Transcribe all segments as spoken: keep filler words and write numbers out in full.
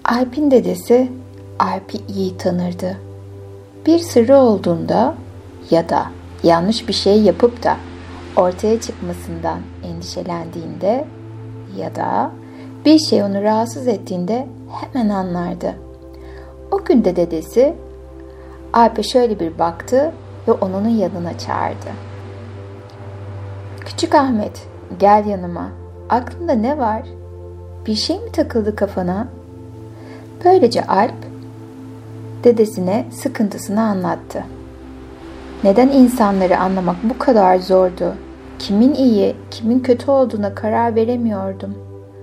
Alp'in dedesi Alp'i iyi tanırdı. Bir sırrı olduğunda ya da yanlış bir şey yapıp da ortaya çıkmasından endişelendiğinde ya da bir şey onu rahatsız ettiğinde hemen anlardı. O gün de dedesi Alp'e şöyle bir baktı ve onun yanına çağırdı. "Küçük Ahmet, gel yanıma. Aklında ne var? Bir şey mi takıldı kafana?" Böylece Alp dedesine sıkıntısını anlattı. Neden insanları anlamak bu kadar zordu? Kimin iyi, kimin kötü olduğuna karar veremiyordum.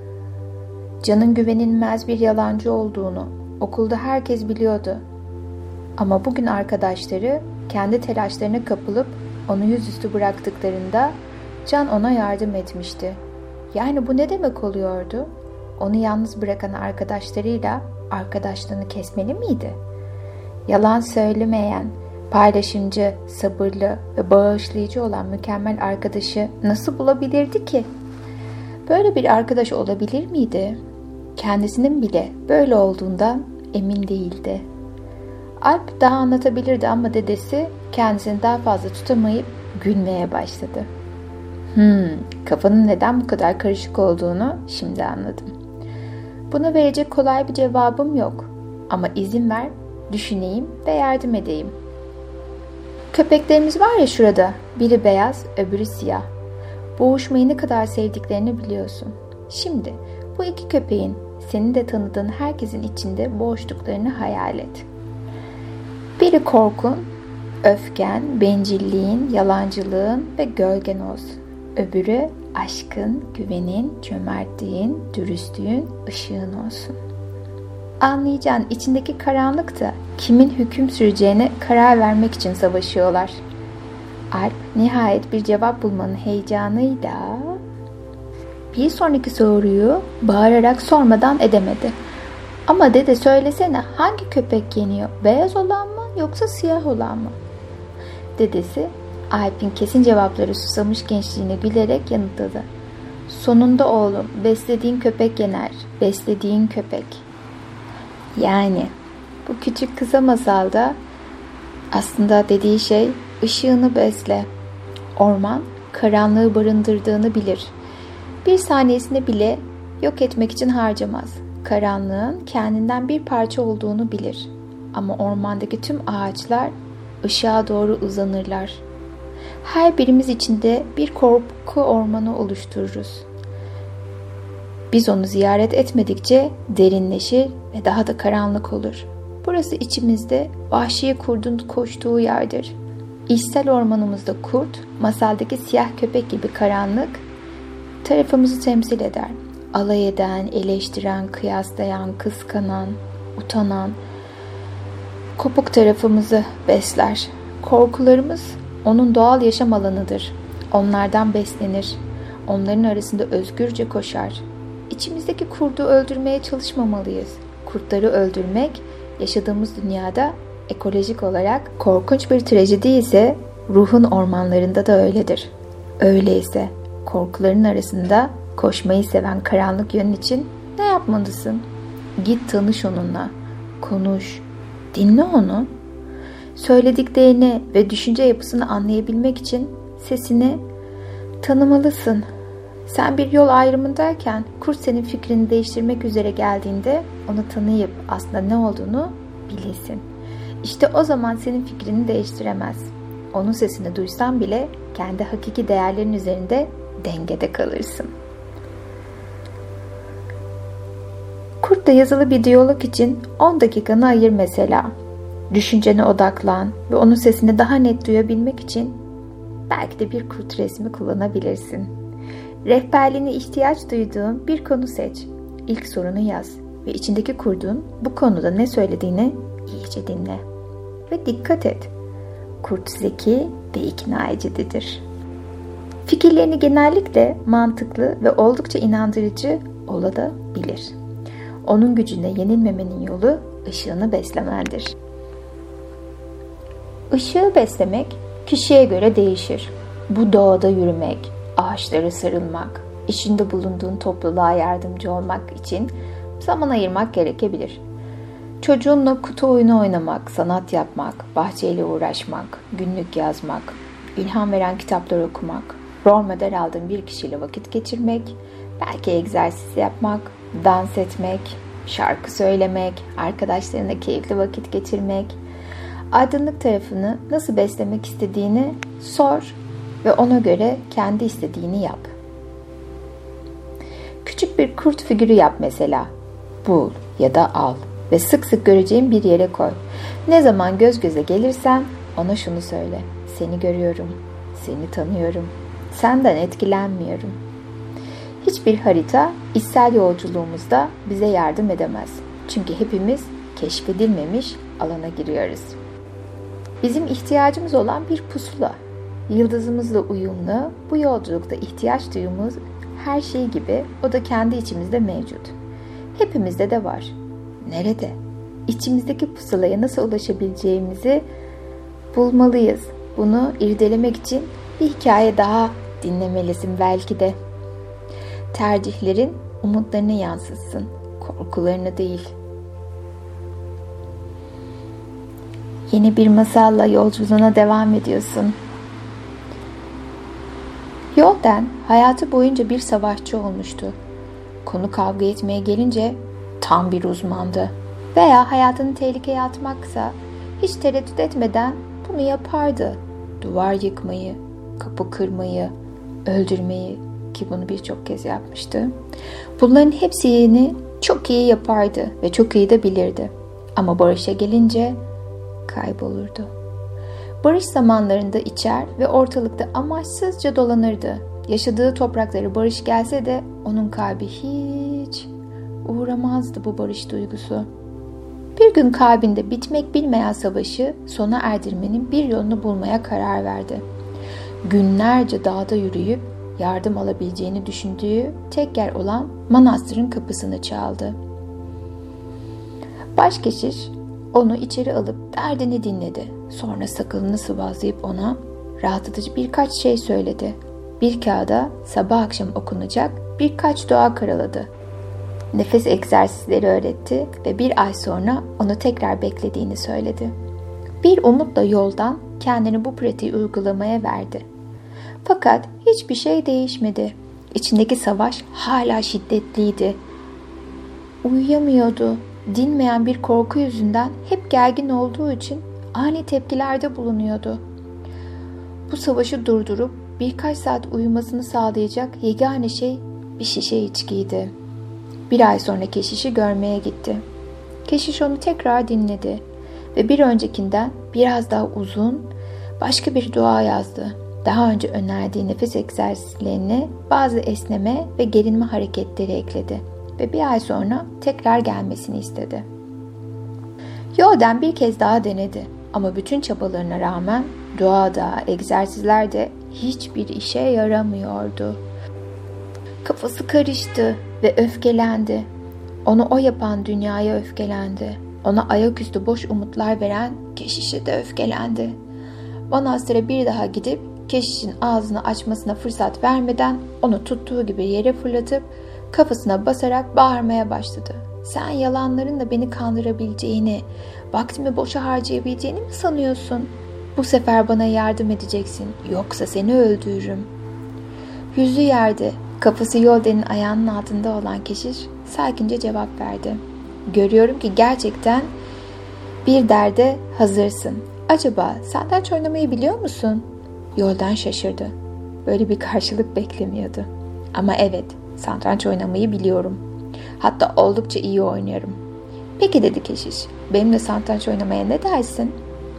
Can'ın güvenilmez bir yalancı olduğunu okulda herkes biliyordu. Ama bugün arkadaşları kendi telaşlarına kapılıp onu yüzüstü bıraktıklarında Can ona yardım etmişti. Yani bu ne demek oluyordu? Onu yalnız bırakan arkadaşlarıyla arkadaşlığını kesmeli miydi? Yalan söylemeyen, paylaşımcı, sabırlı ve bağışlayıcı olan mükemmel arkadaşı nasıl bulabilirdi ki? Böyle bir arkadaş olabilir miydi? Kendisinin bile böyle olduğundan emin değildi. Alp daha anlatabilirdi ama dedesi kendisini daha fazla tutamayıp gülmeye başladı. Hmm, kafanın neden bu kadar karışık olduğunu şimdi anladım. Buna verecek kolay bir cevabım yok. Ama izin ver, düşüneyim ve yardım edeyim. Köpeklerimiz var ya şurada, biri beyaz, öbürü siyah. Boğuşmayı ne kadar sevdiklerini biliyorsun. Şimdi bu iki köpeğin senin de tanıdığın herkesin içinde boğuştuklarını hayal et. Biri korkun, öfken, bencilliğin, yalancılığın ve gölgen olsun. Öbürü aşkın, güvenin, cömertliğin, dürüstlüğün, ışığın olsun. Anlayacağın içindeki karanlık da kimin hüküm süreceğine karar vermek için savaşıyorlar. Alp nihayet bir cevap bulmanın heyecanıyla bir sonraki soruyu bağırarak sormadan edemedi. Ama dede söylesene, hangi köpek yeniyor? Beyaz olan mı yoksa siyah olan mı? Dedesi Alp'in kesin cevapları susamış gençliğine gülerek yanıtladı. Sonunda oğlum, beslediğin köpek yener. Beslediğin köpek. Yani bu küçük kısa masalda aslında dediği şey ışığını besle. Orman karanlığı barındırdığını bilir. Bir saniyesini bile yok etmek için harcamaz. Karanlığın kendinden bir parça olduğunu bilir. Ama ormandaki tüm ağaçlar ışığa doğru uzanırlar. Her birimiz içinde bir korku ormanı oluştururuz. Biz onu ziyaret etmedikçe derinleşir ve daha da karanlık olur. Burası içimizde vahşi kurdun koştuğu yerdir. İçsel ormanımızda kurt, masaldaki siyah köpek gibi karanlık tarafımızı temsil eder. Alay eden, eleştiren, kıyaslayan, kıskanan, utanan, kopuk tarafımızı besler. Korkularımız onun doğal yaşam alanıdır. Onlardan beslenir. Onların arasında özgürce koşar. İçimizdeki kurdu öldürmeye çalışmamalıyız. Kurtları öldürmek yaşadığımız dünyada ekolojik olarak korkunç bir trajedi ise ruhun ormanlarında da öyledir. Öyleyse korkuların arasında koşmayı seven karanlık yönün için ne yapmalısın? Git tanış onunla, konuş, dinle onu. Söylediklerini ve düşünce yapısını anlayabilmek için sesini tanımalısın. Sen bir yol ayrımındayken kurt senin fikrini değiştirmek üzere geldiğinde onu tanıyıp aslında ne olduğunu bilesin. İşte o zaman senin fikrini değiştiremez. Onun sesini duysan bile kendi hakiki değerlerin üzerinde dengede kalırsın. Kurtla yazılı bir diyalog için on dakikanı ayır mesela. Düşüncene odaklan ve onun sesini daha net duyabilmek için belki de bir kurt resmi kullanabilirsin. Rehberliğine ihtiyaç duyduğun bir konu seç. İlk sorunu yaz ve içindeki kurdun bu konuda ne söylediğini iyice dinle. Ve dikkat et. Kurt zeki ve ikna edicidir. Fikirlerini genellikle mantıklı ve oldukça inandırıcı olabilir. Onun gücüne yenilmemenin yolu ışığını beslemendir. Işığı beslemek kişiye göre değişir. Bu doğada yürümek, ağaçlara sarılmak, içinde bulunduğun topluluğa yardımcı olmak için zaman ayırmak gerekebilir. Çocuğunla kutu oyunu oynamak, sanat yapmak, bahçeyle uğraşmak, günlük yazmak, ilham veren kitaplar okumak, rol model aldığın bir kişiyle vakit geçirmek, belki egzersiz yapmak, dans etmek, şarkı söylemek, arkadaşlarına keyifli vakit geçirmek, aydınlık tarafını nasıl beslemek istediğini sor ve ona göre kendi istediğini yap. Küçük bir kurt figürü yap mesela. Bul ya da al ve sık sık göreceğin bir yere koy. Ne zaman göz göze gelirsen ona şunu söyle. Seni görüyorum, seni tanıyorum, senden etkilenmiyorum. Hiçbir harita içsel yolculuğumuzda bize yardım edemez. Çünkü hepimiz keşfedilmemiş alana giriyoruz. Bizim ihtiyacımız olan bir pusula. Yıldızımızla uyumlu, bu yolculukta ihtiyaç duyduğumuz her şey gibi o da kendi içimizde mevcut. Hepimizde de var. Nerede? İçimizdeki pusulaya nasıl ulaşabileceğimizi bulmalıyız. Bunu irdelemek için bir hikaye daha dinlemelisin belki de. Tercihlerin umutlarını yansıtsın, korkularını değil. Yeni bir masalla yolculuğuna devam ediyorsun. Yolden hayatı boyunca bir savaşçı olmuştu. Konu kavga etmeye gelince tam bir uzmandı. Veya hayatını tehlikeye atmaksa hiç tereddüt etmeden bunu yapardı. Duvar yıkmayı, kapı kırmayı, öldürmeyi, ki bunu birçok kez yapmıştı. Bunların hepsini çok iyi yapardı ve çok iyi de bilirdi. Ama barışa gelince kaybolurdu. Barış zamanlarında içer ve ortalıkta amaçsızca dolanırdı. Yaşadığı topraklara barış gelse de onun kalbi hiç uğramazdı bu barış duygusu. Bir gün kalbinde bitmek bilmeyen savaşı sona erdirmenin bir yolunu bulmaya karar verdi. Günlerce dağda yürüyüp yardım alabileceğini düşündüğü tek yer olan manastırın kapısını çaldı. Başkeşiş onu içeri alıp derdini dinledi. Sonra sakalını sıvazlayıp ona rahatlatıcı birkaç şey söyledi. Bir kağıda sabah akşam okunacak birkaç dua karaladı. Nefes egzersizleri öğretti ve bir ay sonra onu tekrar beklediğini söyledi. Bir umutla yoldan kendini bu pratiği uygulamaya verdi. Fakat hiçbir şey değişmedi. İçindeki savaş hala şiddetliydi. Uyuyamıyordu. Dinmeyen bir korku yüzünden hep gergin olduğu için ani tepkilerde bulunuyordu. Bu savaşı durdurup birkaç saat uyumasını sağlayacak yegane şey bir şişe içkiydi. Bir ay sonra keşişi görmeye gitti. Keşiş onu tekrar dinledi ve bir öncekinden biraz daha uzun başka bir dua yazdı. Daha önce önerdiği nefes egzersizlerine bazı esneme ve gerilme hareketleri ekledi ve bir ay sonra tekrar gelmesini istedi. Yoldan bir kez daha denedi ama bütün çabalarına rağmen duada, egzersizlerde hiçbir işe yaramıyordu. Kafası karıştı ve öfkelendi. Onu o yapan dünyaya öfkelendi. Ona ayaküstü boş umutlar veren keşişe de öfkelendi. Manastıra bir daha gidip keşişin ağzını açmasına fırsat vermeden onu tuttuğu gibi yere fırlatıp kafasına basarak bağırmaya başladı. Sen yalanlarınla beni kandırabileceğini, vaktimi boşa harcayabileceğini mi sanıyorsun? Bu sefer bana yardım edeceksin, yoksa seni öldürürüm. Yüzü yerde, kafası Yolden'in ayağının altında olan keşiş sakince cevap verdi. Görüyorum ki gerçekten bir derde hazırsın. Acaba satranç oynamayı biliyor musun? Yolden şaşırdı. Böyle bir karşılık beklemiyordu. Ama evet, satranç oynamayı biliyorum. Hatta oldukça iyi oynarım. Peki dedi keşiş, benimle satranç oynamaya ne dersin?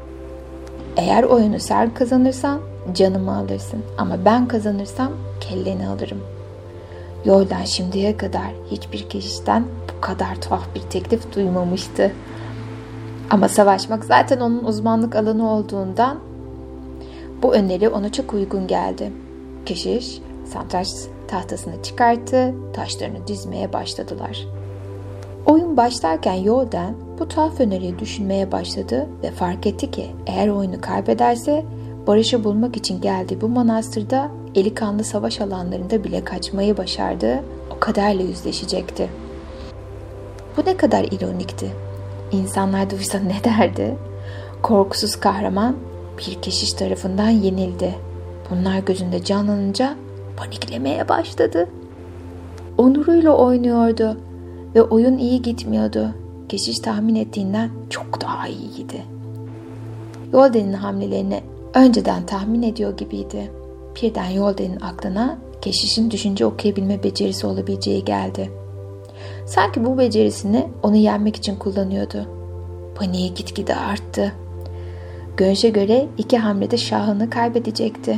Eğer oyunu sen kazanırsan canımı alırsın ama ben kazanırsam kelleni alırım. Yoldan şimdiye kadar hiçbir keşişten bu kadar tuhaf bir teklif duymamıştı. Ama savaşmak zaten onun uzmanlık alanı olduğundan bu öneri ona çok uygun geldi. Keşiş satranç tahtasını çıkarttı, taşlarını dizmeye başladılar. Oyun başlarken Yolden bu tuhaf öneriyi düşünmeye başladı ve fark etti ki eğer oyunu kaybederse barışı bulmak için geldiği bu manastırda eli kanlı savaş alanlarında bile kaçmayı başardı, o kaderle yüzleşecekti. Bu ne kadar ironikti. İnsanlar duysa ne derdi? Korkusuz kahraman bir keşiş tarafından yenildi. Bunlar gözünde canlanınca paniklemeye başladı. Onuruyla oynuyordu ve oyun iyi gitmiyordu. Keşiş tahmin ettiğinden çok daha iyiydi. Yolden'in hamlelerini önceden tahmin ediyor gibiydi. Birden Yolden'in aklına keşişin düşünce okuyabilme becerisi olabileceği geldi. Sanki bu becerisini onu yenmek için kullanıyordu. Paniği gitgide arttı. Görünüşe göre iki hamlede şahını kaybedecekti.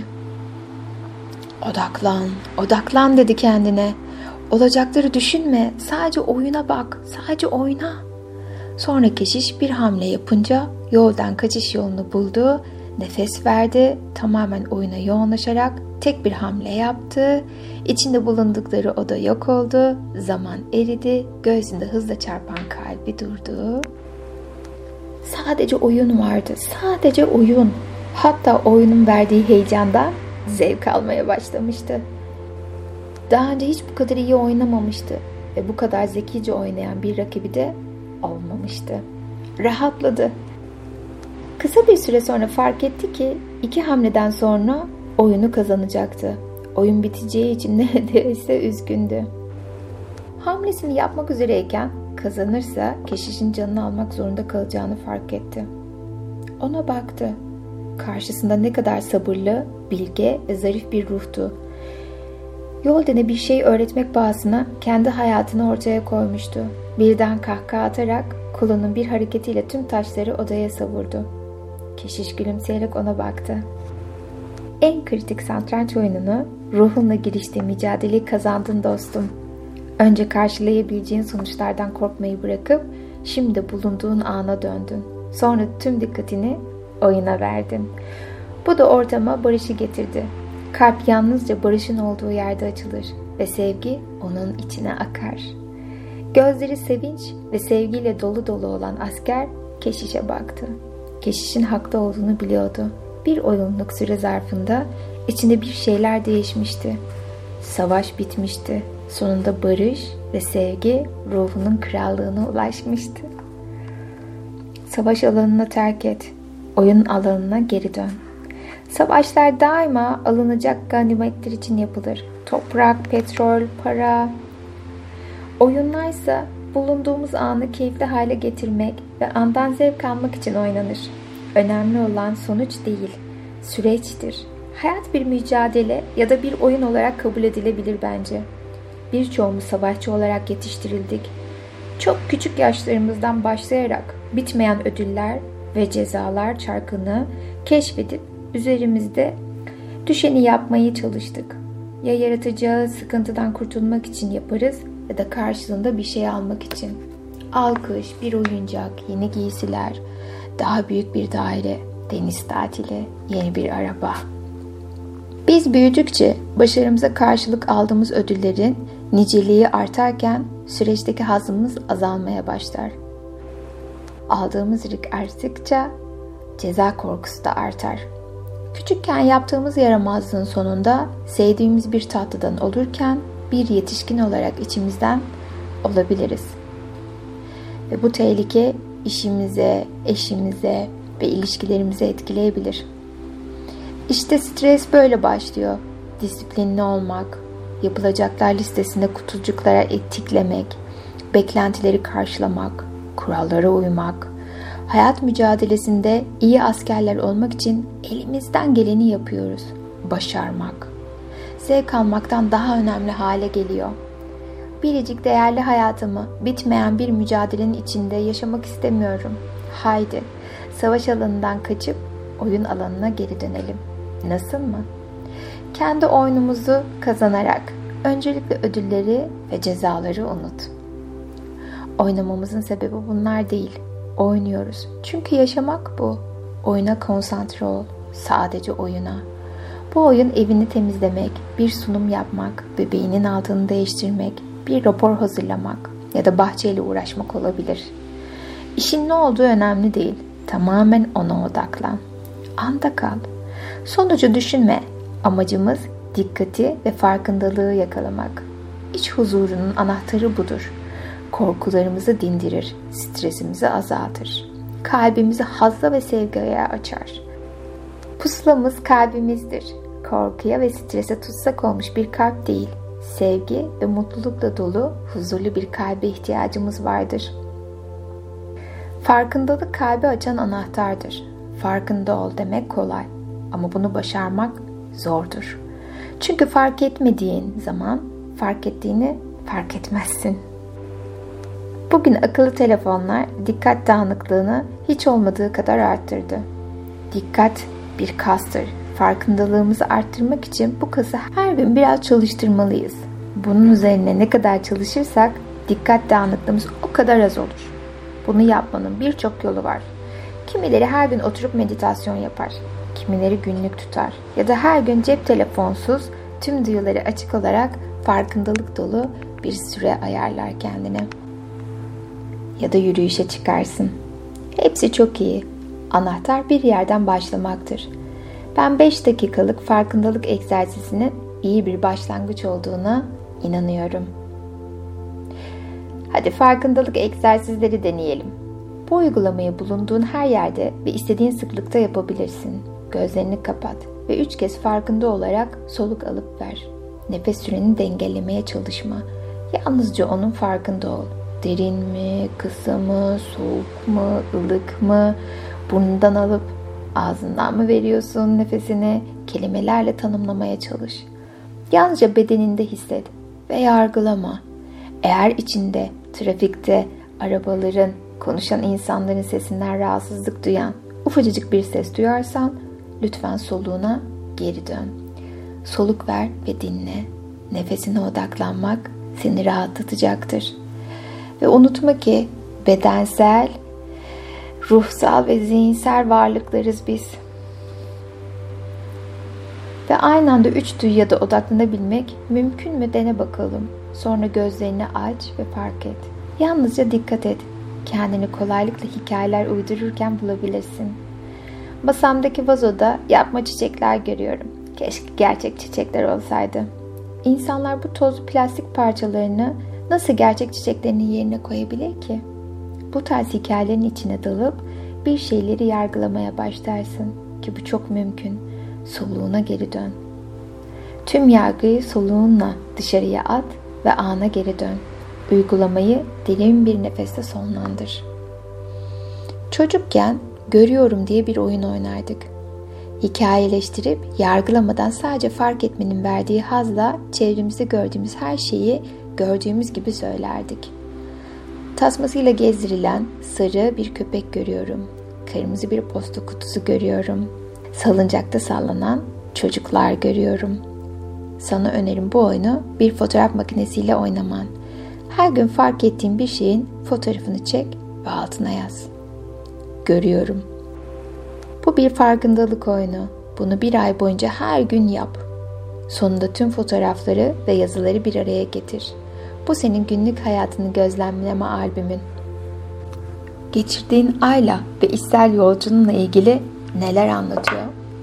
Odaklan, odaklan dedi kendine. Olacakları düşünme, sadece oyuna bak, sadece oyna. Sonra keşiş bir hamle yapınca yoldan kaçış yolunu buldu, nefes verdi, tamamen oyuna yoğunlaşarak tek bir hamle yaptı. İçinde bulundukları oda yok oldu, zaman eridi, göğsünde hızla çarpan kalbi durdu. Sadece oyun vardı, sadece oyun. Hatta oyunun verdiği heyecandan zevk almaya başlamıştı. Daha önce hiç bu kadar iyi oynamamıştı ve bu kadar zekice oynayan bir rakibi de olmamıştı. Rahatladı. Kısa bir süre sonra fark etti ki iki hamleden sonra oyunu kazanacaktı. Oyun biteceği için neredeyse üzgündü. Hamlesini yapmak üzereyken kazanırsa keşişin canını almak zorunda kalacağını fark etti. Ona baktı. Karşısında ne kadar sabırlı, bilge ve zarif bir ruhtu. Yolden'e bir şey öğretmek pahasına kendi hayatını ortaya koymuştu. Birden kahkaha atarak kolunun bir hareketiyle tüm taşları odaya savurdu. Keşiş gülümseyerek ona baktı. En kritik satranç oyununu ruhunla giriştiği mücadeleyi kazandın dostum. Önce karşılayabileceğin sonuçlardan korkmayı bırakıp şimdi bulunduğun ana döndün. Sonra tüm dikkatini oyuna verdin. Bu da ortama barışı getirdi. Kalp yalnızca barışın olduğu yerde açılır ve sevgi onun içine akar. Gözleri sevinç ve sevgiyle dolu dolu olan asker keşişe baktı. Keşişin haklı olduğunu biliyordu. Bir oyunluk süre zarfında içinde bir şeyler değişmişti. Savaş bitmişti. Sonunda barış ve sevgi ruhunun krallığına ulaşmıştı. Savaş alanını terk et. Oyun alanına geri dön. Savaşlar daima alınacak ganimetler için yapılır. Toprak, petrol, para. Oyunlarsa bulunduğumuz anı keyifli hale getirmek ve andan zevk almak için oynanır. Önemli olan sonuç değil, süreçtir. Hayat bir mücadele ya da bir oyun olarak kabul edilebilir bence. Birçoğumuz savaşçı olarak yetiştirildik. Çok küçük yaşlarımızdan başlayarak bitmeyen ödüller ve cezalar çarkını keşfedip üzerimizde düşeni yapmaya çalıştık. Ya yaratacağı sıkıntıdan kurtulmak için yaparız ya da karşılığında bir şey almak için. Alkış, bir oyuncak, yeni giysiler, daha büyük bir daire, deniz tatili, yeni bir araba. Biz büyüdükçe başarımıza karşılık aldığımız ödüllerin niceliği artarken süreçteki hazımız azalmaya başlar. Aldığımız rik arttıkça ceza korkusu da artar. Küçükken yaptığımız yaramazlığın sonunda sevdiğimiz bir tatlıdan olurken bir yetişkin olarak içimizden olabiliriz. Ve bu tehlike işimize, eşimize ve ilişkilerimize etkileyebilir. İşte stres böyle başlıyor. Disiplinli olmak, yapılacaklar listesinde kutucuklara etiklemek, beklentileri karşılamak, kurallara uymak, hayat mücadelesinde iyi askerler olmak için elimizden geleni yapıyoruz. Başarmak, zevk almaktan daha önemli hale geliyor. Biricik değerli hayatımı bitmeyen bir mücadelenin içinde yaşamak istemiyorum. Haydi, savaş alanından kaçıp oyun alanına geri dönelim. Nasıl mı? Kendi oyunumuzu kazanarak öncelikle ödülleri ve cezaları unut. Oynamamızın sebebi bunlar değil. Oynuyoruz. Çünkü yaşamak bu. Oyuna konsantre ol. Sadece oyuna. Bu oyun evini temizlemek, bir sunum yapmak, bebeğinin altını değiştirmek, bir rapor hazırlamak ya da bahçeyle uğraşmak olabilir. İşin ne olduğu önemli değil. Tamamen ona odaklan. Anda kal. Sonucu düşünme. Amacımız dikkati ve farkındalığı yakalamak. İç huzurunun anahtarı budur. Korkularımızı dindirir, stresimizi azaltır. Kalbimizi hazla ve sevgiye açar. Pusulamız kalbimizdir. Korkuya ve strese tutsak olmuş bir kalp değil, sevgi ve mutlulukla dolu, huzurlu bir kalbe ihtiyacımız vardır. Farkındalık kalbi açan anahtardır. Farkında ol demek kolay ama bunu başarmak zordur. Çünkü fark etmediğin zaman fark ettiğini fark etmezsin. Bugün akıllı telefonlar dikkat dağınıklığını hiç olmadığı kadar arttırdı. Dikkat bir kastır. Farkındalığımızı arttırmak için bu kası her gün biraz çalıştırmalıyız. Bunun üzerine ne kadar çalışırsak dikkat dağınıklığımız o kadar az olur. Bunu yapmanın birçok yolu var. Kimileri her gün oturup meditasyon yapar. Kimileri günlük tutar. Ya da her gün cep telefonsuz, tüm duyuları açık olarak farkındalık dolu bir süre ayarlar kendine. Ya da yürüyüşe çıkarsın. Hepsi çok iyi. Anahtar bir yerden başlamaktır. Ben beş dakikalık farkındalık egzersizinin iyi bir başlangıç olduğuna inanıyorum. Hadi farkındalık egzersizleri deneyelim. Bu uygulamayı bulunduğun her yerde ve istediğin sıklıkta yapabilirsin. Gözlerini kapat ve üç kez farkında olarak soluk alıp ver. Nefes süreni dengelemeye çalışma. Yalnızca onun farkında ol. Derin mi, kısa mı, soğuk mu, ılık mı? Burnundan alıp ağzından mı veriyorsun nefesini? Kelimelerle tanımlamaya çalış. Yalnızca bedeninde hisset ve yargılama. Eğer içinde, trafikte, arabaların, konuşan insanların sesinden rahatsızlık duyan ufacık bir ses duyarsan lütfen soluğuna geri dön. Soluk ver ve dinle. Nefesine odaklanmak seni rahatlatacaktır. Ve unutma ki bedensel, ruhsal ve zihinsel varlıklarız biz. Ve aynı anda üç duyuya da odaklanabilmek mümkün mü dene bakalım. Sonra gözlerini aç ve fark et. Yalnızca dikkat et. Kendini kolaylıkla hikayeler uydururken bulabilirsin. Masamdaki vazoda yapma çiçekler görüyorum. Keşke gerçek çiçekler olsaydı. İnsanlar bu tozlu plastik parçalarını nasıl gerçek çiçeklerinin yerine koyabilir ki? Bu tarz hikayelerin içine dalıp bir şeyleri yargılamaya başlarsın ki bu çok mümkün. Soluğuna geri dön. Tüm yargıyı soluğunla dışarıya at ve ana geri dön. Uygulamayı derin bir nefeste sonlandır. Çocukken görüyorum diye bir oyun oynardık. Hikayeleştirip yargılamadan sadece fark etmenin verdiği hazla çevremizde gördüğümüz her şeyi gördüğümüz gibi söylerdik. Tasmasıyla gezdirilen sarı bir köpek görüyorum. Kırmızı bir posta kutusu görüyorum. Salıncakta sallanan çocuklar görüyorum. Sana önerim bu oyunu bir fotoğraf makinesiyle oynaman. Her gün fark ettiğin bir şeyin fotoğrafını çek ve altına yaz. Görüyorum. Bu bir farkındalık oyunu. Bunu bir ay boyunca her gün yap. Sonunda tüm fotoğrafları ve yazıları bir araya getir. Bu senin günlük hayatını gözlemleme albümün. Geçirdiğin ayla ve içsel yolculuğunla ilgili neler anlatıyor?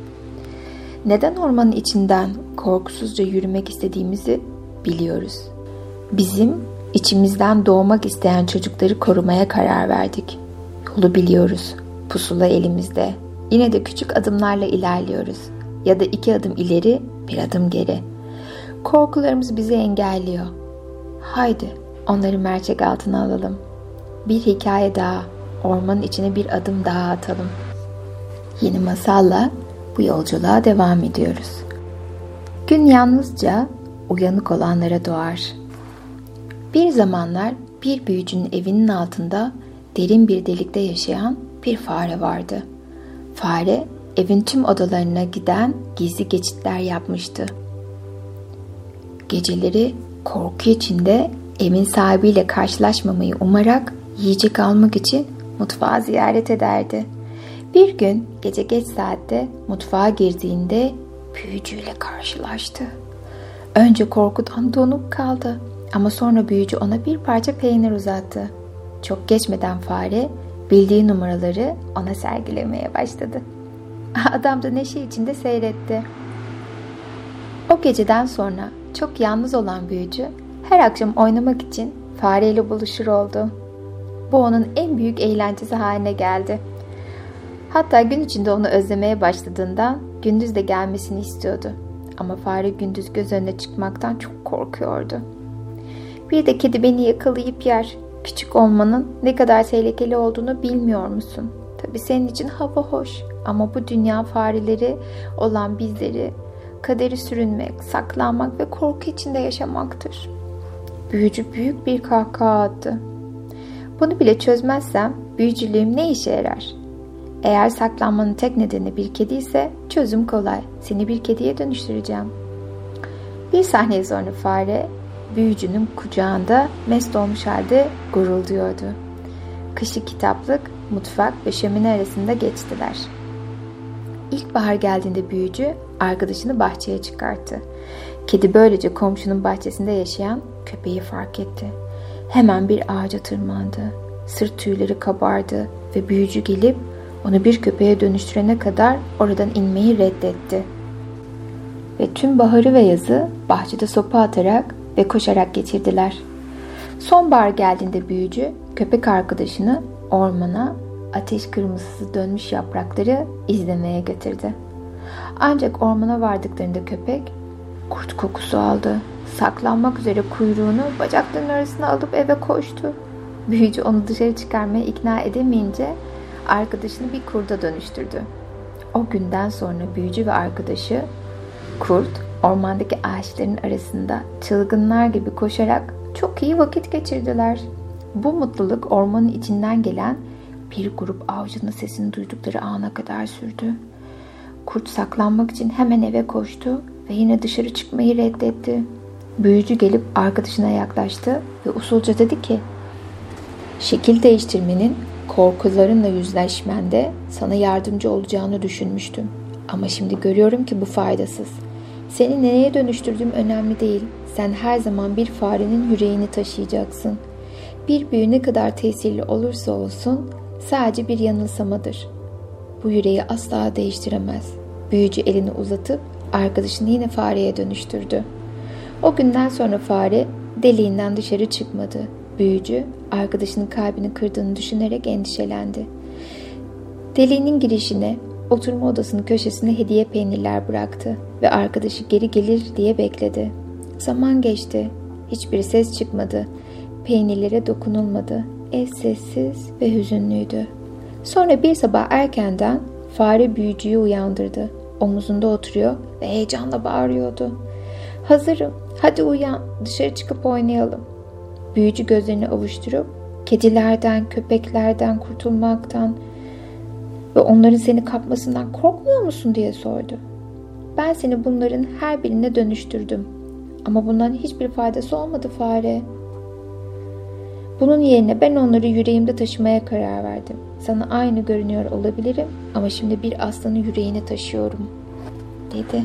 Neden ormanın içinden korkusuzca yürümek istediğimizi biliyoruz. Bizim içimizden doğmak isteyen çocukları korumaya karar verdik. Yolu biliyoruz. Pusula elimizde. Yine de küçük adımlarla ilerliyoruz. Ya da iki adım ileri, bir adım geri. Korkularımız bizi engelliyor. Haydi onları mercek altına alalım. Bir hikaye daha, ormanın içine bir adım daha atalım. Yeni masalla bu yolculuğa devam ediyoruz. Gün yalnızca uyanık olanlara doğar. Bir zamanlar bir büyücünün evinin altında derin bir delikte yaşayan bir fare vardı. Fare evin tüm odalarına giden gizli geçitler yapmıştı. Geceleri korku içinde evin sahibiyle karşılaşmamayı umarak yiyecek almak için mutfağı ziyaret ederdi. Bir gün gece geç saatte mutfağa girdiğinde büyücüyle karşılaştı. Önce korkudan donup kaldı ama sonra büyücü ona bir parça peynir uzattı. Çok geçmeden fare bildiği numaraları ona sergilemeye başladı. Adam da neşe içinde seyretti. O geceden sonra çok yalnız olan büyücü her akşam oynamak için fareyle buluşur oldu. Bu onun en büyük eğlencesi haline geldi. Hatta gün içinde onu özlemeye başladığından gündüz de gelmesini istiyordu. Ama fare gündüz göz önüne çıkmaktan çok korkuyordu. Bir de kedi beni yakalayıp yer. Küçük olmanın ne kadar tehlikeli olduğunu bilmiyor musun? Tabii senin için hava hoş ama bu dünya fareleri olan bizleri kaderi sürünmek, saklanmak ve korku içinde yaşamaktır. Büyücü büyük bir kahkaha attı. Bunu bile çözmezsem büyücülüğüm ne işe yarar? Eğer saklanmanın tek nedeni bir kedi ise çözüm kolay. Seni bir kediye dönüştüreceğim. Bir saniye sonra fare büyücünün kucağında mest olmuş halde gurulduyordu. Kışı kitaplık, mutfak ve şömine arasında geçtiler. İlkbahar geldiğinde büyücü arkadaşını bahçeye çıkarttı. Kedi böylece komşunun bahçesinde yaşayan köpeği fark etti. Hemen bir ağaca tırmandı. Sırt tüyleri kabardı ve büyücü gelip onu bir köpeğe dönüştürene kadar oradan inmeyi reddetti. Ve tüm baharı ve yazı bahçede sopa atarak ve koşarak geçirdiler. Sonbahar geldiğinde büyücü köpek arkadaşını ormana ateş kırmızısı dönmüş yaprakları izlemeye götürdü. Ancak ormana vardıklarında köpek kurt kokusu aldı. Saklanmak üzere kuyruğunu bacaklarının arasına alıp eve koştu. Büyücü onu dışarı çıkarmaya ikna edemeyince arkadaşını bir kurda dönüştürdü. O günden sonra büyücü ve arkadaşı kurt ormandaki ağaçların arasında çılgınlar gibi koşarak çok iyi vakit geçirdiler. Bu mutluluk ormanın içinden gelen bir grup avcının sesini duydukları ana kadar sürdü. Kurt saklanmak için hemen eve koştu ve yine dışarı çıkmayı reddetti. Büyücü gelip arkadaşına yaklaştı ve usulca dedi ki, "Şekil değiştirmenin korkularınla yüzleşmende sana yardımcı olacağını düşünmüştüm. Ama şimdi görüyorum ki bu faydasız. Seni nereye dönüştürdüğüm önemli değil. Sen her zaman bir farenin yüreğini taşıyacaksın. Bir büyü ne kadar tesirli olursa olsun sadece bir yanılsamadır. Bu yüreği asla değiştiremez." Büyücü elini uzatıp arkadaşını yine fareye dönüştürdü. O günden sonra fare deliğinden dışarı çıkmadı. Büyücü arkadaşının kalbini kırdığını düşünerek endişelendi. Deliğinin girişine, oturma odasının köşesine hediye peynirler bıraktı ve arkadaşı geri gelir diye bekledi. Zaman geçti. Hiçbir ses çıkmadı. Peynirlere dokunulmadı. Ev sessiz ve hüzünlüydü. Sonra bir sabah erkenden fare büyücüyü uyandırdı. Omuzunda oturuyor ve heyecanla bağırıyordu. "Hazırım. Hadi uyan. Dışarı çıkıp oynayalım." Büyücü gözlerini ovuşturup kedilerden, köpeklerden kurtulmaktan ve onların seni kapmasından korkmuyor musun diye sordu. "Ben seni bunların her birine dönüştürdüm. Ama bundan hiçbir faydası olmadı fare. Bunun yerine ben onları yüreğimde taşımaya karar verdim. Sana aynı görünüyor olabilirim ama şimdi bir aslanın yüreğini taşıyorum," dedi.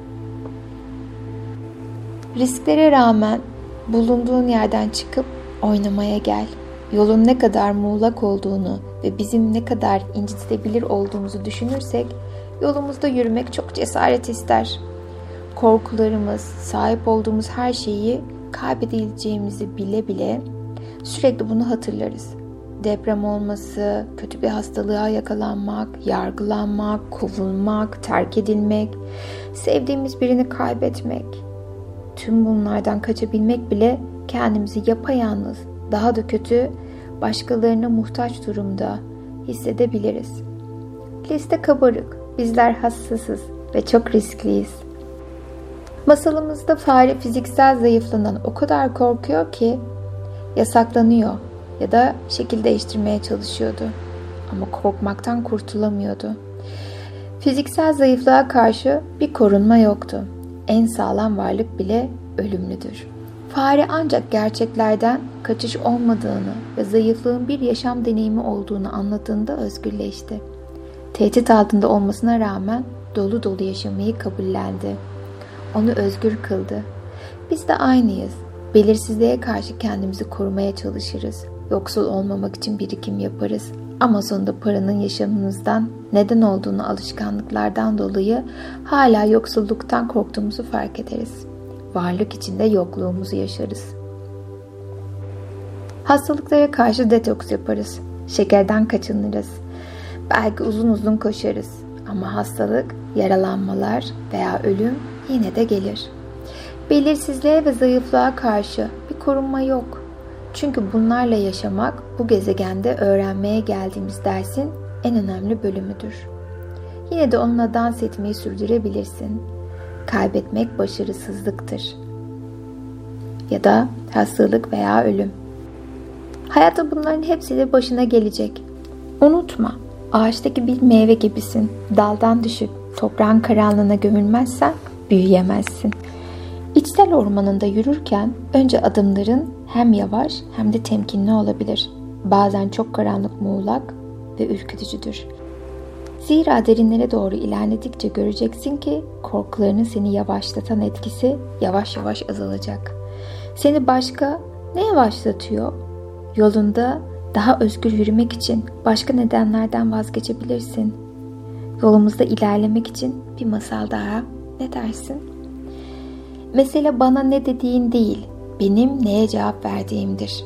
Risklere rağmen bulunduğun yerden çıkıp oynamaya gel. Yolun ne kadar muğlak olduğunu ve bizim ne kadar incitebilir olduğumuzu düşünürsek yolumuzda yürümek çok cesaret ister. Korkularımız, sahip olduğumuz her şeyi kaybedeceğimizi bile bile sürekli bunu hatırlarız. Deprem olması, kötü bir hastalığa yakalanmak, yargılanmak, kovulmak, terk edilmek, sevdiğimiz birini kaybetmek. Tüm bunlardan kaçabilmek bile kendimizi yapayalnız, daha da kötü, başkalarına muhtaç durumda hissedebiliriz. Liste kabarık, bizler hassasız ve çok riskliyiz. Masalımızda fare fiziksel zayıflığından o kadar korkuyor ki yasaklanıyor ya da şekil değiştirmeye çalışıyordu. Ama korkmaktan kurtulamıyordu. Fiziksel zayıflığa karşı bir korunma yoktu. En sağlam varlık bile ölümlüdür. Fare ancak gerçeklerden kaçış olmadığını ve zayıflığın bir yaşam deneyimi olduğunu anladığında özgürleşti. Tehdit altında olmasına rağmen dolu dolu yaşamayı kabullendi. Onu özgür kıldı. Biz de aynıyız. Belirsizliğe karşı kendimizi korumaya çalışırız. Yoksul olmamak için birikim yaparız. Ama sonunda paranın yaşamımızdan neden olduğunu alışkanlıklardan dolayı hala yoksulluktan korktuğumuzu fark ederiz. Varlık içinde yokluğumuzu yaşarız. Hastalıklara karşı detoks yaparız. Şekerden kaçınırız. Belki uzun uzun koşarız. Ama hastalık, yaralanmalar veya ölüm yine de gelir. Belirsizliğe ve zayıflığa karşı bir korunma yok. Çünkü bunlarla yaşamak bu gezegende öğrenmeye geldiğimiz dersin en önemli bölümüdür. Yine de onunla dans etmeyi sürdürebilirsin. Kaybetmek başarısızlıktır. Ya da hastalık veya ölüm. Hayatta bunların hepsi de başına gelecek. Unutma, ağaçtaki bir meyve gibisin. Daldan düşüp toprağın karanlığına gömülmezsen büyüyemezsin. İçsel ormanında yürürken önce adımların hem yavaş hem de temkinli olabilir. Bazen çok karanlık, muğlak ve ürkütücüdür. Zira derinlere doğru ilerledikçe göreceksin ki korkularının seni yavaşlatan etkisi yavaş yavaş azalacak. Seni başka ne yavaşlatıyor? Yolunda daha özgür yürümek için başka nedenlerden vazgeçebilirsin. Yolumuzda ilerlemek için bir masal daha, ne dersin? Mesele bana ne dediğin değil, benim neye cevap verdiğimdir.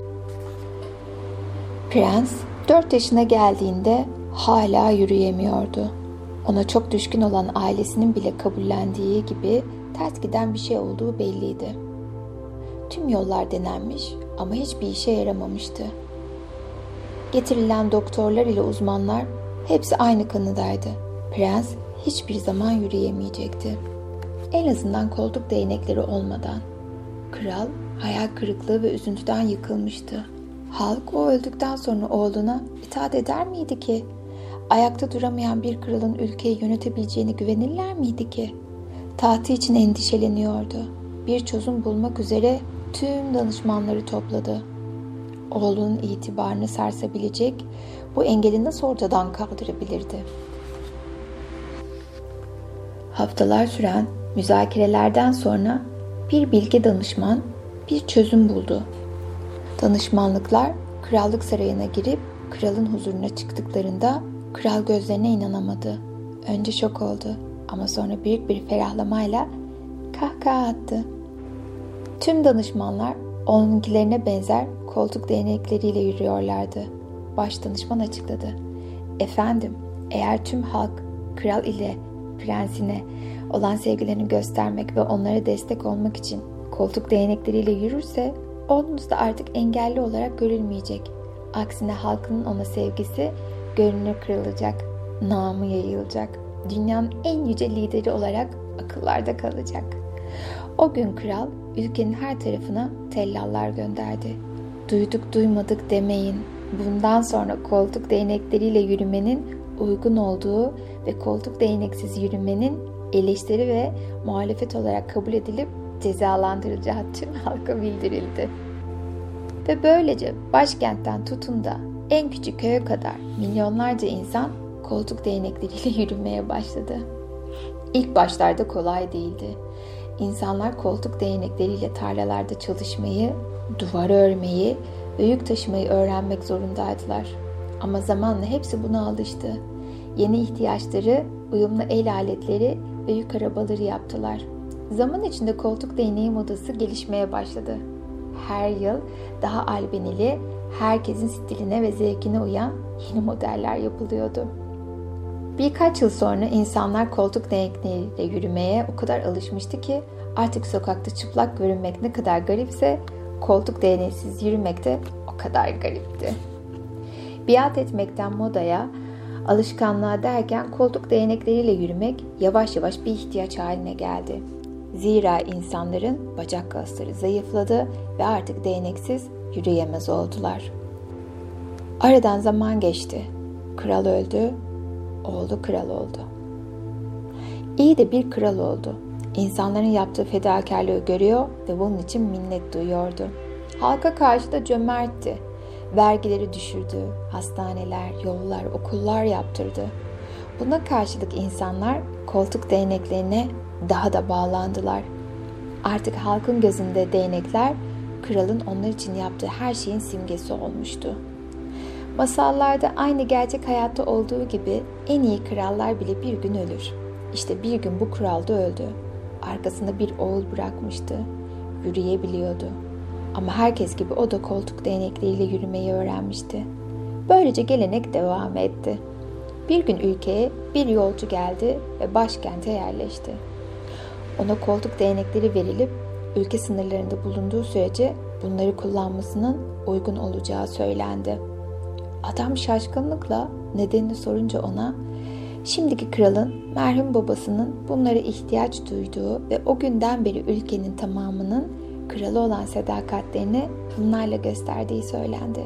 Prens dört yaşına geldiğinde hala yürüyemiyordu. Ona çok düşkün olan ailesinin bile kabullendiği gibi ters giden bir şey olduğu belliydi. Tüm yollar denenmiş ama hiçbir işe yaramamıştı. Getirilen doktorlar ile uzmanlar hepsi aynı kanıdaydı. Prens hiçbir zaman yürüyemeyecekti. En azından koltuk değnekleri olmadan. Kral hayal kırıklığı ve üzüntüden yıkılmıştı. Halk o öldükten sonra oğluna itaat eder miydi ki? Ayakta duramayan bir kralın ülkeyi yönetebileceğine güvenirler miydi ki? Tahtı için endişeleniyordu. Bir çözüm bulmak üzere tüm danışmanları topladı. Oğlunun itibarını sarsabilecek bu engeli nasıl ortadan kaldırabilirdi? Haftalar süren müzakerelerden sonra bir bilge danışman bir çözüm buldu. Danışmanlıklar krallık sarayına girip kralın huzuruna çıktıklarında kral gözlerine inanamadı. Önce şok oldu ama sonra büyük bir ferahlamayla kahkaha attı. Tüm danışmanlar onunkilerine benzer koltuk değnekleriyle yürüyorlardı. Baş danışman açıkladı. Efendim, eğer tüm halk kral ile prensine olan sevgilerini göstermek ve onlara destek olmak için koltuk değnekleriyle yürürse oğlunuz da artık engelli olarak görülmeyecek. Aksine halkının ona sevgisi görünür kırılacak, namı yayılacak. Dünyanın en yüce lideri olarak akıllarda kalacak. O gün kral ülkenin her tarafına tellallar gönderdi. Duyduk duymadık demeyin. Bundan sonra koltuk değnekleriyle yürümenin uygun olduğu ve koltuk değneksiz yürümenin eleştiri ve muhalefet olarak kabul edilip cezalandırılacağı tüm halka bildirildi. Ve böylece başkentten tutun da en küçük köye kadar milyonlarca insan koltuk değnekleriyle yürümeye başladı. İlk başlarda kolay değildi. İnsanlar koltuk değnekleriyle tarlalarda çalışmayı, duvar örmeyi ve yük taşımayı öğrenmek zorundaydılar. Ama zamanla hepsi buna alıştı. Yeni ihtiyaçları, uyumlu el aletleri ve yük arabaları yaptılar. Zaman içinde koltuk değneği modası gelişmeye başladı. Her yıl daha albenili, herkesin stiline ve zevkine uyan yeni modeller yapılıyordu. Birkaç yıl sonra insanlar koltuk değnekleriyle yürümeye o kadar alışmıştı ki artık sokakta çıplak görünmek ne kadar garipse koltuk değneksiz yürümek de o kadar garipti. Biat etmekten modaya, alışkanlığa derken koltuk değnekleriyle yürümek yavaş yavaş bir ihtiyaç haline geldi. Zira insanların bacak kasları zayıfladı ve artık değneksiz yürüyemez oldular. Aradan zaman geçti. Kral öldü, oğlu kral oldu. İyi de bir kral oldu. İnsanların yaptığı fedakarlığı görüyor ve bunun için minnet duyuyordu. Halka karşı da cömertti. Vergileri düşürdü, hastaneler, yollar, okullar yaptırdı. Buna karşılık insanlar koltuk değneklerine daha da bağlandılar. Artık halkın gözünde değnekler, kralın onlar için yaptığı her şeyin simgesi olmuştu. Masallarda aynı gerçek hayatta olduğu gibi en iyi krallar bile bir gün ölür. İşte bir gün bu kral da öldü. Arkasında bir oğul bırakmıştı. Yürüyebiliyordu. Ama herkes gibi o da koltuk değnekleriyle yürümeyi öğrenmişti. Böylece gelenek devam etti. Bir gün ülkeye bir yolcu geldi ve başkente yerleşti. Ona koltuk değnekleri verilip ülke sınırlarında bulunduğu sürece bunları kullanmasının uygun olacağı söylendi. Adam şaşkınlıkla nedenini sorunca ona, şimdiki kralın merhum babasının bunlara ihtiyaç duyduğu ve o günden beri ülkenin tamamının kralı olan sadakatlerini bunlarla gösterdiği söylendi.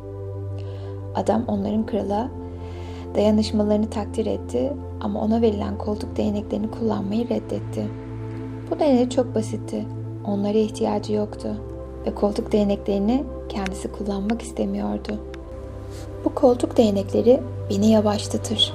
Adam onların krala dayanışmalarını takdir etti ama ona verilen koltuk değneklerini kullanmayı reddetti. Bu nedeni çok basitti. Onlara ihtiyacı yoktu ve koltuk değneklerini kendisi kullanmak istemiyordu. Bu koltuk değnekleri beni yavaşlatır.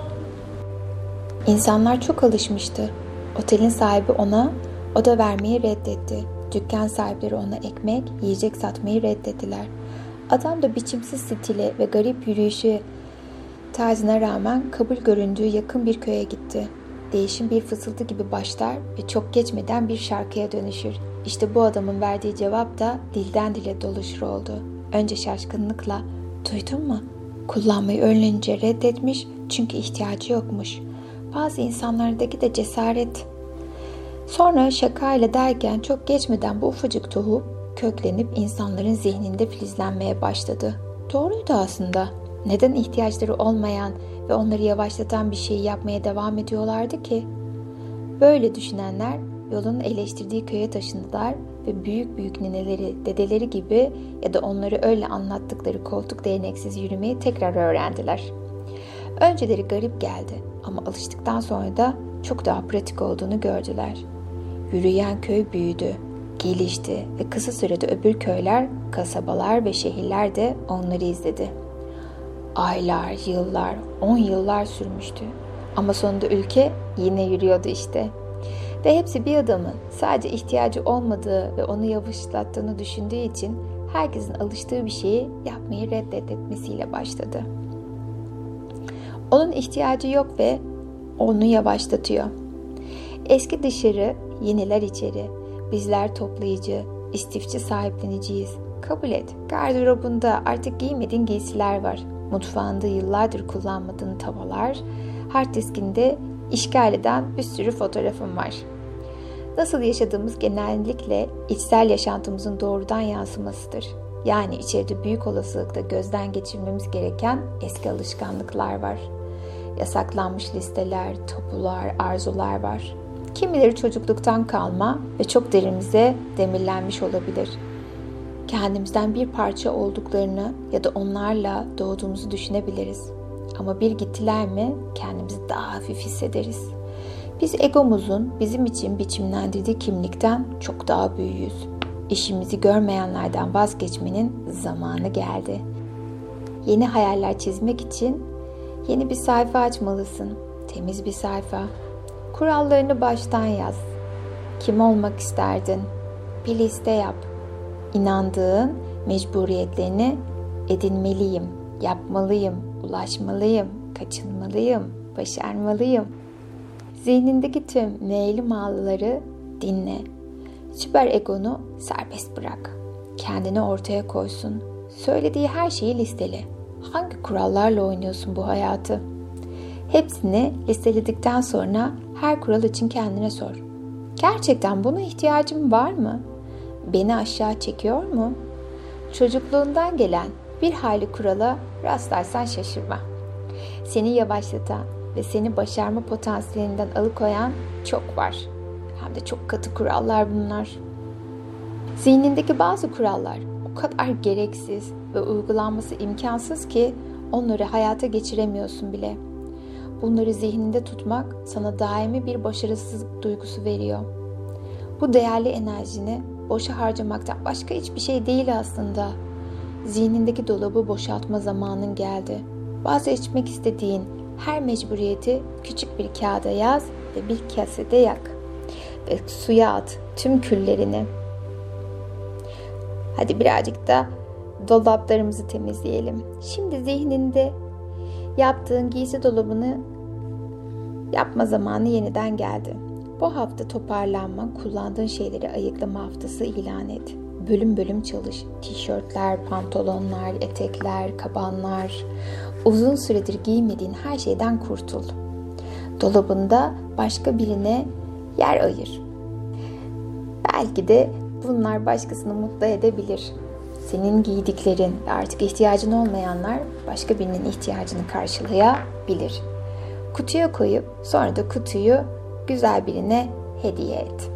İnsanlar çok alışmıştı. Otelin sahibi ona oda vermeyi reddetti. Dükkan sahipleri ona ekmek, yiyecek satmayı reddettiler. Adam da biçimsiz stili ve garip yürüyüşü tarzına rağmen kabul göründüğü yakın bir köye gitti. Değişim bir fısıltı gibi başlar ve çok geçmeden bir şarkıya dönüşür. İşte bu adamın verdiği cevap da dilden dile dolaşır oldu. Önce şaşkınlıkla, duydun mu? Kullanmayı önce reddetmiş çünkü ihtiyacı yokmuş. Bazı insanlardaki de cesaret. Sonra şakayla derken çok geçmeden bu ufacık tohum köklenip insanların zihninde filizlenmeye başladı. Doğruydu aslında. Neden ihtiyaçları olmayan ve onları yavaşlatan bir şeyi yapmaya devam ediyorlardı ki? Böyle düşünenler yolun eleştirdiği köye taşındılar ve büyük büyük nineleri, dedeleri gibi ya da onları öyle anlattıkları koltuk değneksiz yürümeyi tekrar öğrendiler. Önceleri garip geldi ama alıştıktan sonra da çok daha pratik olduğunu gördüler. Yürüyen köy büyüdü, gelişti ve kısa sürede öbür köyler, kasabalar ve şehirler de onları izledi. Aylar, yıllar, on yıllar sürmüştü. Ama sonunda ülke yine yürüyordu işte. Ve hepsi bir adamın sadece ihtiyacı olmadığı ve onu yavaşlattığını düşündüğü için herkesin alıştığı bir şeyi yapmayı reddetmesiyle başladı. Onun ihtiyacı yok ve onu yavaşlatıyor. Eski dışarı, yeniler içeri. Bizler toplayıcı, istifçi sahipleniciyiz. Kabul et, gardırobunda artık giymediğin giysiler var. Mutfağında yıllardır kullanmadığın tavalar, hard diskinde işgal eden bir sürü fotoğrafın var. Nasıl yaşadığımız genellikle içsel yaşantımızın doğrudan yansımasıdır. Yani içeride büyük olasılıkla gözden geçirmemiz gereken eski alışkanlıklar var. Yasaklanmış listeler, tapular, arzular var. Kimileri çocukluktan kalma ve çok derimize demirlenmiş olabilir. Kendimizden bir parça olduklarını ya da onlarla doğduğumuzu düşünebiliriz. Ama bir gittiler mi kendimizi daha hafif hissederiz. Biz egomuzun bizim için biçimlendirdiği kimlikten çok daha büyüğüz. İşimizi görmeyenlerden vazgeçmenin zamanı geldi. Yeni hayaller çizmek için yeni bir sayfa açmalısın. Temiz bir sayfa. Kurallarını baştan yaz. Kim olmak isterdin? Bir liste yap. İnandığın mecburiyetlerini edinmeliyim, yapmalıyım, ulaşmalıyım, kaçınmalıyım, başarmalıyım. Zihnindeki tüm meyli mağluları dinle. Süper egonu serbest bırak. Kendini ortaya koysun. Söylediği her şeyi listele. Hangi kurallarla oynuyorsun bu hayatı? Hepsini listeledikten sonra her kural için kendine sor. Gerçekten buna ihtiyacım var mı? Beni aşağı çekiyor mu? Çocukluğundan gelen bir hayli kurala rastlarsan şaşırma. Seni yavaşlatan ve seni başarma potansiyelinden alıkoyan çok var. Hem de çok katı kurallar bunlar. Zihnindeki bazı kurallar o kadar gereksiz ve uygulanması imkansız ki onları hayata geçiremiyorsun bile. Bunları zihninde tutmak sana daimi bir başarısızlık duygusu veriyor. Bu değerli enerjini boşa harcamaktan başka hiçbir şey değil aslında. Zihnindeki dolabı boşaltma zamanın geldi. Vazgeçmek istediğin her mecburiyeti küçük bir kağıda yaz ve bir kasede yak. Ve suya at tüm küllerini. Hadi birazcık da dolaplarımızı temizleyelim. Şimdi zihninde yaptığın giysi dolabını yapma zamanı yeniden geldi. Bu hafta toparlanma, kullandığın şeyleri ayıklama haftası ilan et. Bölüm bölüm çalış. Tişörtler, pantolonlar, etekler, kabanlar. Uzun süredir giymediğin her şeyden kurtul. Dolabında başka birine yer ayır. Belki de bunlar başkasını mutlu edebilir. Senin giydiklerin ve artık ihtiyacın olmayanlar başka birinin ihtiyacını karşılayabilir. Kutuya koyup sonra da kutuyu güzel birine hediye et.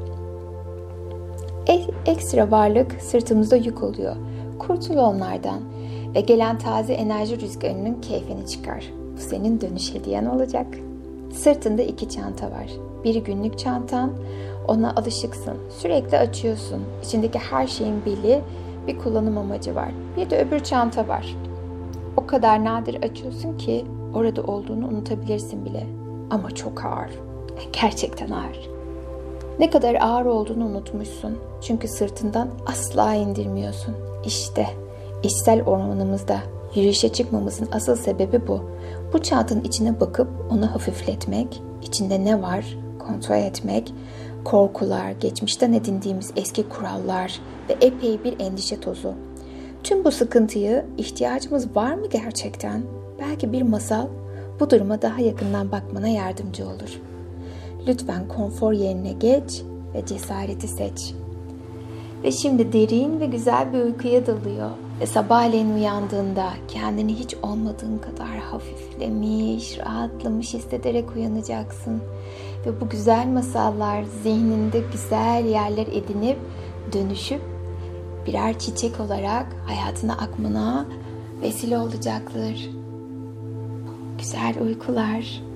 Ekstra varlık sırtımızda yük oluyor. Kurtul onlardan ve gelen taze enerji rüzgarının keyfini çıkar. Bu senin dönüş hediyen olacak. Sırtında iki çanta var. Biri günlük çantan, ona alışıksın. Sürekli açıyorsun. İçindeki her şeyin belli bir kullanım amacı var. Bir de öbür çanta var. O kadar nadir açıyorsun ki orada olduğunu unutabilirsin bile. Ama çok ağır. Gerçekten ağır. Ne kadar ağır olduğunu unutmuşsun. Çünkü sırtından asla indirmiyorsun. İşte içsel ormanımızda yürüyüşe çıkmamızın asıl sebebi bu. Bu çantanın içine bakıp onu hafifletmek, içinde ne var kontrol etmek, korkular, geçmişten edindiğimiz eski kurallar ve epey bir endişe tozu. Tüm bu sıkıntıyı ihtiyacımız var mı gerçekten? Belki bir masal bu duruma daha yakından bakmana yardımcı olur. Lütfen konfor yerine geç ve cesareti seç. Ve şimdi derin ve güzel bir uykuya dalıyor. Ve sabahleyin uyandığında kendini hiç olmadığın kadar hafiflemiş, rahatlamış hissederek uyanacaksın. Ve bu güzel masallar zihninde güzel yerler edinip dönüşüp birer çiçek olarak hayatına akmana vesile olacaktır. Güzel uykular.